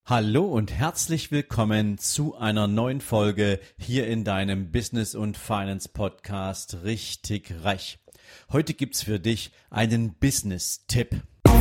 Hallo und herzlich willkommen zu einer neuen Folge hier in deinem Business- und Finance-Podcast Richtig Reich. Heute gibt's für dich einen Business-Tipp.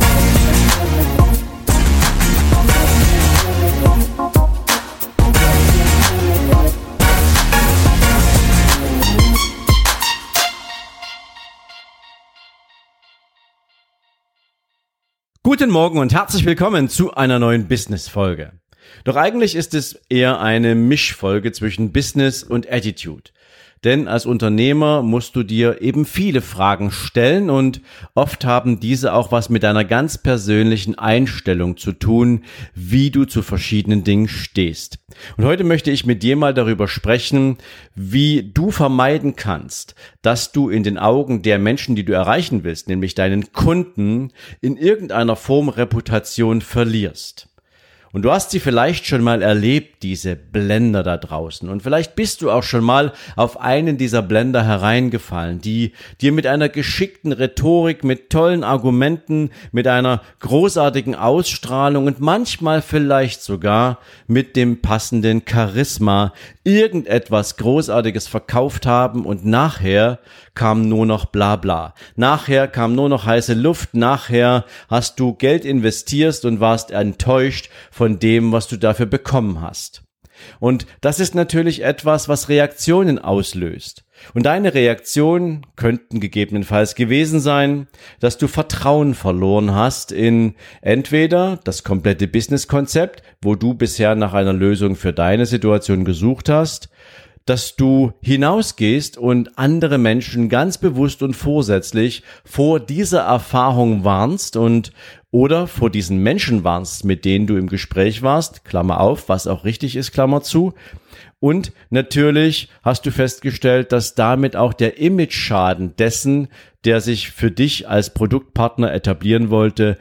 Guten Morgen und herzlich willkommen zu einer neuen Business-Folge. Doch eigentlich ist es eher eine Mischfolge zwischen Business und Attitude. Denn als Unternehmer musst du dir eben viele Fragen stellen und oft haben diese auch was mit deiner ganz persönlichen Einstellung zu tun, wie du zu verschiedenen Dingen stehst. Und heute möchte ich mit dir mal darüber sprechen, wie du vermeiden kannst, dass du in den Augen der Menschen, die du erreichen willst, nämlich deinen Kunden, in irgendeiner Form Reputation verlierst. Und du hast sie vielleicht schon mal erlebt, diese Blender da draußen. Und vielleicht bist du auch schon mal auf einen dieser Blender hereingefallen, die dir mit einer geschickten Rhetorik, mit tollen Argumenten, mit einer großartigen Ausstrahlung und manchmal vielleicht sogar mit dem passenden Charisma irgendetwas Großartiges verkauft haben und nachher kam nur noch Blabla. Nachher kam nur noch heiße Luft. Nachher hast du Geld investiert und warst enttäuscht von dem, was du dafür bekommen hast. Und das ist natürlich etwas, was Reaktionen auslöst. Und deine Reaktionen könnten gegebenenfalls gewesen sein, dass du Vertrauen verloren hast in entweder das komplette Businesskonzept, wo du bisher nach einer Lösung für deine Situation gesucht hast, dass du hinausgehst und andere Menschen ganz bewusst und vorsätzlich vor dieser Erfahrung warnst und oder vor diesen Menschen warnst, mit denen du im Gespräch warst, Klammer auf, was auch richtig ist, Klammer zu. Und natürlich hast du festgestellt, dass damit auch der Imageschaden dessen, der sich für dich als Produktpartner etablieren wollte,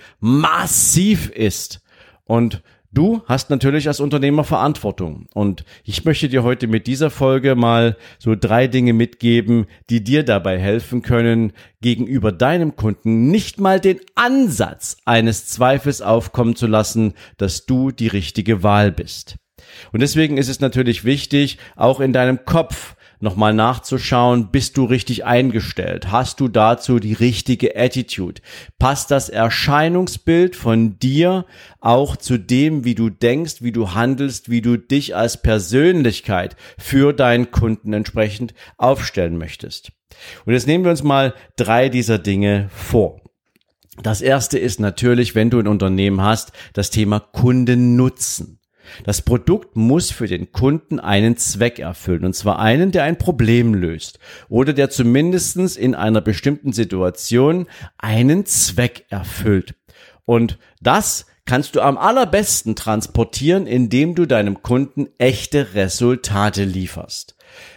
massiv ist. Und du hast natürlich als Unternehmer Verantwortung und ich möchte dir heute mit dieser Folge mal so 3 Dinge mitgeben, die dir dabei helfen können, gegenüber deinem Kunden nicht mal den Ansatz eines Zweifels aufkommen zu lassen, dass du die richtige Wahl bist. Und deswegen ist es natürlich wichtig, auch in deinem Kopf nochmal nachzuschauen, bist du richtig eingestellt? Hast du dazu die richtige Attitude? Passt das Erscheinungsbild von dir auch zu dem, wie du denkst, wie du handelst, wie du dich als Persönlichkeit für deinen Kunden entsprechend aufstellen möchtest? Und jetzt nehmen wir uns mal 3 dieser Dinge vor. Das erste ist natürlich, wenn du ein Unternehmen hast, das Thema Kundennutzen. Das Produkt muss für den Kunden einen Zweck erfüllen, und zwar einen, der ein Problem löst oder der zumindestens in einer bestimmten Situation einen Zweck erfüllt. Und das kannst du am allerbesten transportieren, indem du deinem Kunden echte Resultate lieferst.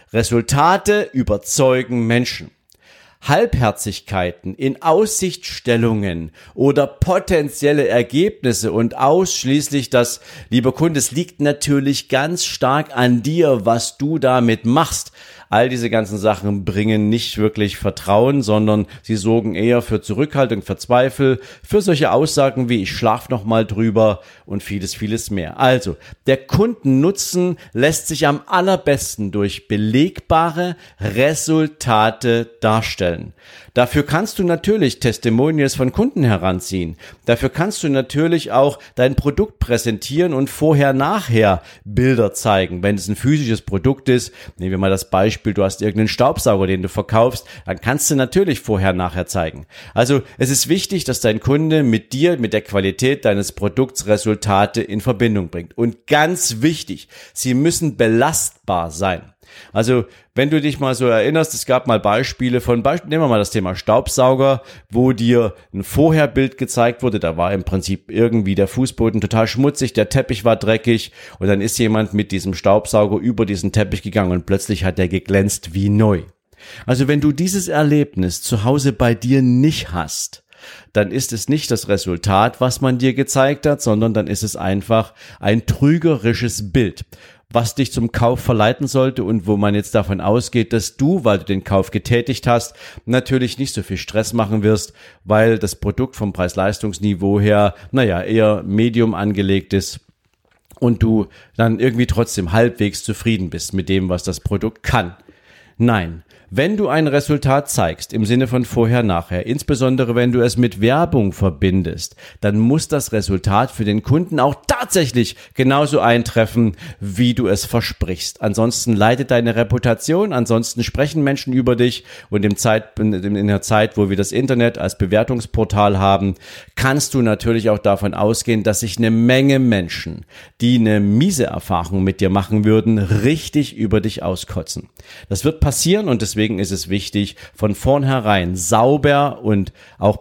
Resultate überzeugen Menschen. Halbherzigkeiten in Aussichtstellungen oder potenzielle Ergebnisse und ausschließlich das, lieber Kunde, es liegt natürlich ganz stark an dir, was du damit machst. All diese ganzen Sachen bringen nicht wirklich Vertrauen, sondern sie sorgen eher für Zurückhaltung, für Zweifel, für solche Aussagen wie ich schlafe noch mal drüber und vieles, vieles mehr. Also, der Kundennutzen lässt sich am allerbesten durch belegbare Resultate darstellen. Dafür kannst du natürlich Testimonials von Kunden heranziehen. Dafür kannst du natürlich auch dein Produkt präsentieren und vorher-nachher Bilder zeigen. Wenn es ein physisches Produkt ist, nehmen wir mal das Beispiel, du hast irgendeinen Staubsauger, den du verkaufst, dann kannst du natürlich vorher-nachher zeigen. Also es ist wichtig, dass dein Kunde mit dir, mit der Qualität deines Produkts Resultate in Verbindung bringt. Und ganz wichtig, sie müssen belastbar sein. Also, wenn du dich mal so erinnerst, es gab mal Beispiele nehmen wir mal das Thema Staubsauger, wo dir ein Vorherbild gezeigt wurde, da war im Prinzip irgendwie der Fußboden total schmutzig, der Teppich war dreckig und dann ist jemand mit diesem Staubsauger über diesen Teppich gegangen und plötzlich hat der geglänzt wie neu. Also, wenn du dieses Erlebnis zu Hause bei dir nicht hast, dann ist es nicht das Resultat, was man dir gezeigt hat, sondern dann ist es einfach ein trügerisches Bild, was dich zum Kauf verleiten sollte und wo man jetzt davon ausgeht, dass du, weil du den Kauf getätigt hast, natürlich nicht so viel Stress machen wirst, weil das Produkt vom Preis-Leistungs-Niveau her, eher medium angelegt ist und du dann irgendwie trotzdem halbwegs zufrieden bist mit dem, was das Produkt kann. Nein. Wenn du ein Resultat zeigst, im Sinne von vorher, nachher, insbesondere wenn du es mit Werbung verbindest, dann muss das Resultat für den Kunden auch tatsächlich genauso eintreffen, wie du es versprichst. Ansonsten leidet deine Reputation, ansonsten sprechen Menschen über dich und in der Zeit, wo wir das Internet als Bewertungsportal haben, kannst du natürlich auch davon ausgehen, dass sich eine Menge Menschen, die eine miese Erfahrung mit dir machen würden, richtig über dich auskotzen. Das wird passieren und deswegen ist es wichtig, von vornherein sauber und auch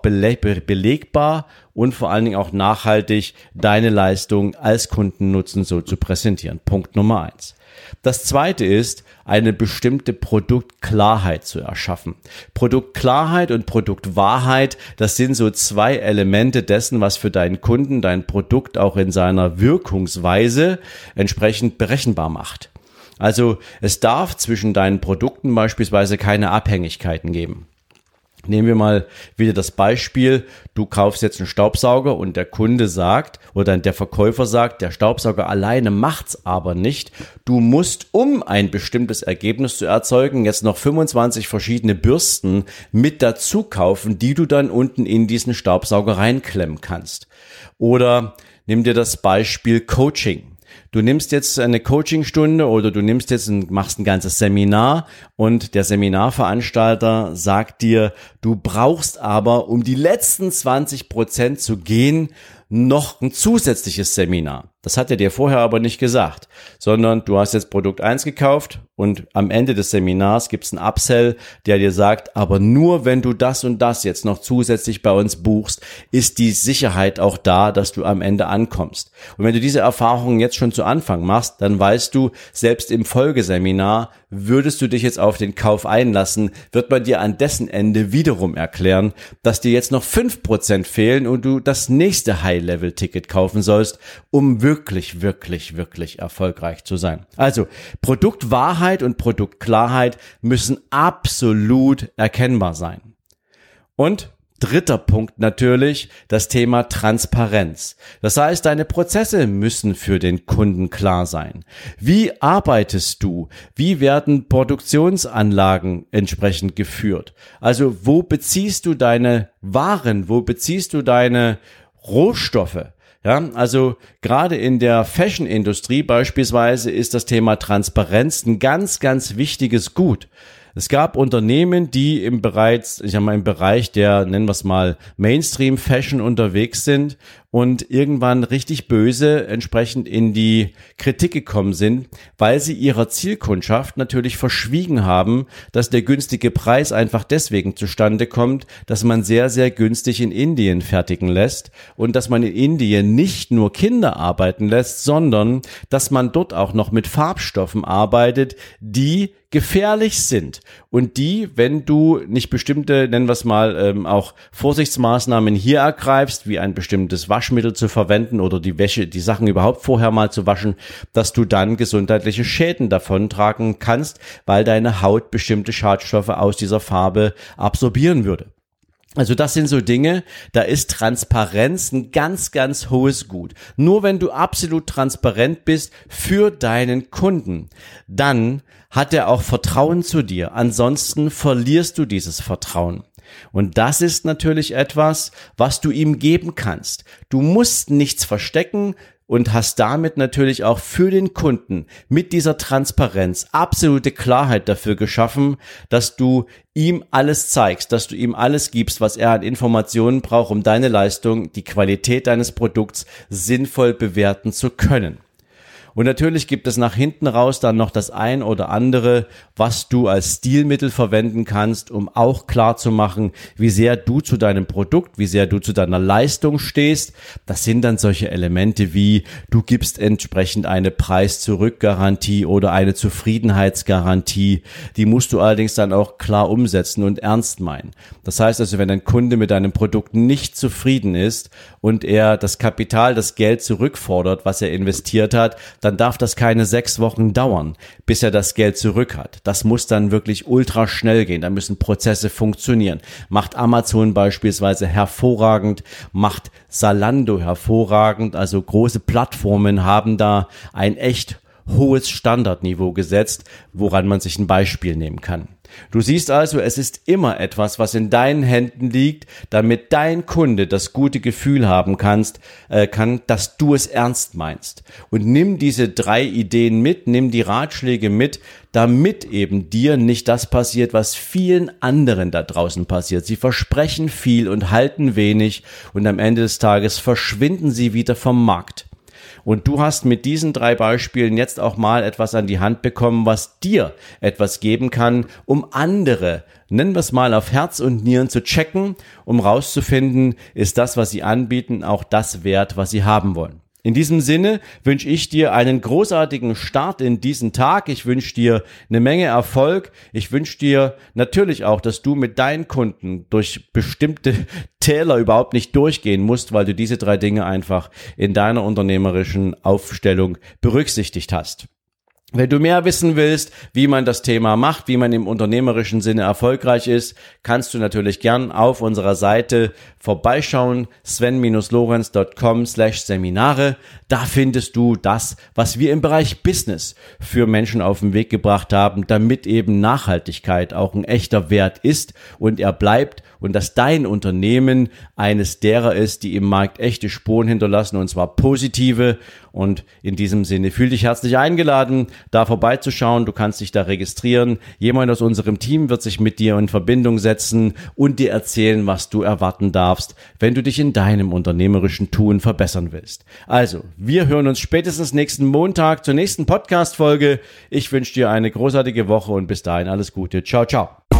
belegbar und vor allen Dingen auch nachhaltig deine Leistung als Kundennutzen so zu präsentieren. Punkt Nummer 1. Das zweite ist, eine bestimmte Produktklarheit zu erschaffen. Produktklarheit und Produktwahrheit, das sind so zwei Elemente dessen, was für deinen Kunden dein Produkt auch in seiner Wirkungsweise entsprechend berechenbar macht. Also es darf zwischen deinen Produkten beispielsweise keine Abhängigkeiten geben. Nehmen wir mal wieder das Beispiel, du kaufst jetzt einen Staubsauger und der Kunde sagt oder der Verkäufer sagt, der Staubsauger alleine macht's aber nicht. Du musst, um ein bestimmtes Ergebnis zu erzeugen, jetzt noch 25 verschiedene Bürsten mit dazu kaufen, die du dann unten in diesen Staubsauger reinklemmen kannst. Oder nimm dir das Beispiel Coaching. Du nimmst jetzt eine Coachingstunde oder du machst ein ganzes Seminar und der Seminarveranstalter sagt dir, du brauchst aber, um die letzten 20% zu gehen, noch ein zusätzliches Seminar. Das hat er dir vorher aber nicht gesagt, sondern du hast jetzt Produkt 1 gekauft und am Ende des Seminars gibt es einen Upsell, der dir sagt, aber nur wenn du das und das jetzt noch zusätzlich bei uns buchst, ist die Sicherheit auch da, dass du am Ende ankommst. Und wenn du diese Erfahrungen jetzt schon zu Anfang machst, dann weißt du, selbst im Folgeseminar würdest du dich jetzt auf den Kauf einlassen, wird man dir an dessen Ende wiederum erklären, dass dir jetzt noch 5% fehlen und du das nächste High-Level-Ticket kaufen sollst, um wirklich, wirklich, wirklich erfolgreich zu sein. Also Produktwahrheit und Produktklarheit müssen absolut erkennbar sein. Und dritter Punkt natürlich, das Thema Transparenz. Das heißt, deine Prozesse müssen für den Kunden klar sein. Wie arbeitest du? Wie werden Produktionsanlagen entsprechend geführt? Also wo beziehst du deine Waren? Wo beziehst du deine Rohstoffe? Ja, also gerade in der Fashion-Industrie beispielsweise ist das Thema Transparenz ein ganz, ganz wichtiges Gut. Es gab Unternehmen, die im Bereich der, nennen wir es mal, Mainstream-Fashion unterwegs sind und irgendwann richtig böse entsprechend in die Kritik gekommen sind, weil sie ihrer Zielkundschaft natürlich verschwiegen haben, dass der günstige Preis einfach deswegen zustande kommt, dass man sehr, sehr günstig in Indien fertigen lässt und dass man in Indien nicht nur Kinder arbeiten lässt, sondern dass man dort auch noch mit Farbstoffen arbeitet, die gefährlich sind und die, wenn du nicht bestimmte, nennen wir es mal, auch Vorsichtsmaßnahmen hier ergreifst, wie ein bestimmtes Waschmittel zu verwenden oder die Sachen überhaupt vorher mal zu waschen, dass du dann gesundheitliche Schäden davontragen kannst, weil deine Haut bestimmte Schadstoffe aus dieser Farbe absorbieren würde. Also das sind so Dinge, da ist Transparenz ein ganz, ganz hohes Gut. Nur wenn du absolut transparent bist für deinen Kunden, dann hat er auch Vertrauen zu dir. Ansonsten verlierst du dieses Vertrauen. Und das ist natürlich etwas, was du ihm geben kannst. Du musst nichts verstecken und hast damit natürlich auch für den Kunden mit dieser Transparenz absolute Klarheit dafür geschaffen, dass du ihm alles zeigst, dass du ihm alles gibst, was er an Informationen braucht, um deine Leistung, die Qualität deines Produkts sinnvoll bewerten zu können. Und natürlich gibt es nach hinten raus dann noch das ein oder andere, was du als Stilmittel verwenden kannst, um auch klar zu machen, wie sehr du zu deinem Produkt, wie sehr du zu deiner Leistung stehst. Das sind dann solche Elemente wie, du gibst entsprechend eine Preis-Zurück-Garantie oder eine Zufriedenheitsgarantie. Die musst du allerdings dann auch klar umsetzen und ernst meinen. Das heißt also, wenn ein Kunde mit deinem Produkt nicht zufrieden ist und er das Kapital, das Geld zurückfordert, was er investiert hat, dann dann darf das keine 6 Wochen dauern, bis er das Geld zurück hat. Das muss dann wirklich ultra schnell gehen. Da müssen Prozesse funktionieren. Macht Amazon beispielsweise hervorragend, macht Zalando hervorragend. Also große Plattformen haben da ein echt hohes Standardniveau gesetzt, woran man sich ein Beispiel nehmen kann. Du siehst also, es ist immer etwas, was in deinen Händen liegt, damit dein Kunde das gute Gefühl haben kann, dass du es ernst meinst. Und nimm diese 3 Ideen mit, nimm die Ratschläge mit, damit eben dir nicht das passiert, was vielen anderen da draußen passiert. Sie versprechen viel und halten wenig und am Ende des Tages verschwinden sie wieder vom Markt. Und du hast mit diesen 3 Beispielen jetzt auch mal etwas an die Hand bekommen, was dir etwas geben kann, um andere, nennen wir es mal auf Herz und Nieren zu checken, um rauszufinden, ist das, was sie anbieten, auch das wert, was sie haben wollen. In diesem Sinne wünsche ich dir einen großartigen Start in diesen Tag. Ich wünsche dir eine Menge Erfolg. Ich wünsche dir natürlich auch, dass du mit deinen Kunden durch bestimmte Täler überhaupt nicht durchgehen musst, weil du diese 3 Dinge einfach in deiner unternehmerischen Aufstellung berücksichtigt hast. Wenn du mehr wissen willst, wie man das Thema macht, wie man im unternehmerischen Sinne erfolgreich ist, kannst du natürlich gern auf unserer Seite vorbeischauen, sven-lorenz.com/Seminare. Da findest du das, was wir im Bereich Business für Menschen auf den Weg gebracht haben, damit eben Nachhaltigkeit auch ein echter Wert ist und er bleibt und dass dein Unternehmen eines derer ist, die im Markt echte Spuren hinterlassen und zwar positive. Und in diesem Sinne fühl dich herzlich eingeladen, da vorbeizuschauen. Du kannst dich da registrieren. Jemand aus unserem Team wird sich mit dir in Verbindung setzen und dir erzählen, was du erwarten darfst, wenn du dich in deinem unternehmerischen Tun verbessern willst. Also, wir hören uns spätestens nächsten Montag zur nächsten Podcast-Folge. Ich wünsche dir eine großartige Woche und bis dahin alles Gute. Ciao, ciao.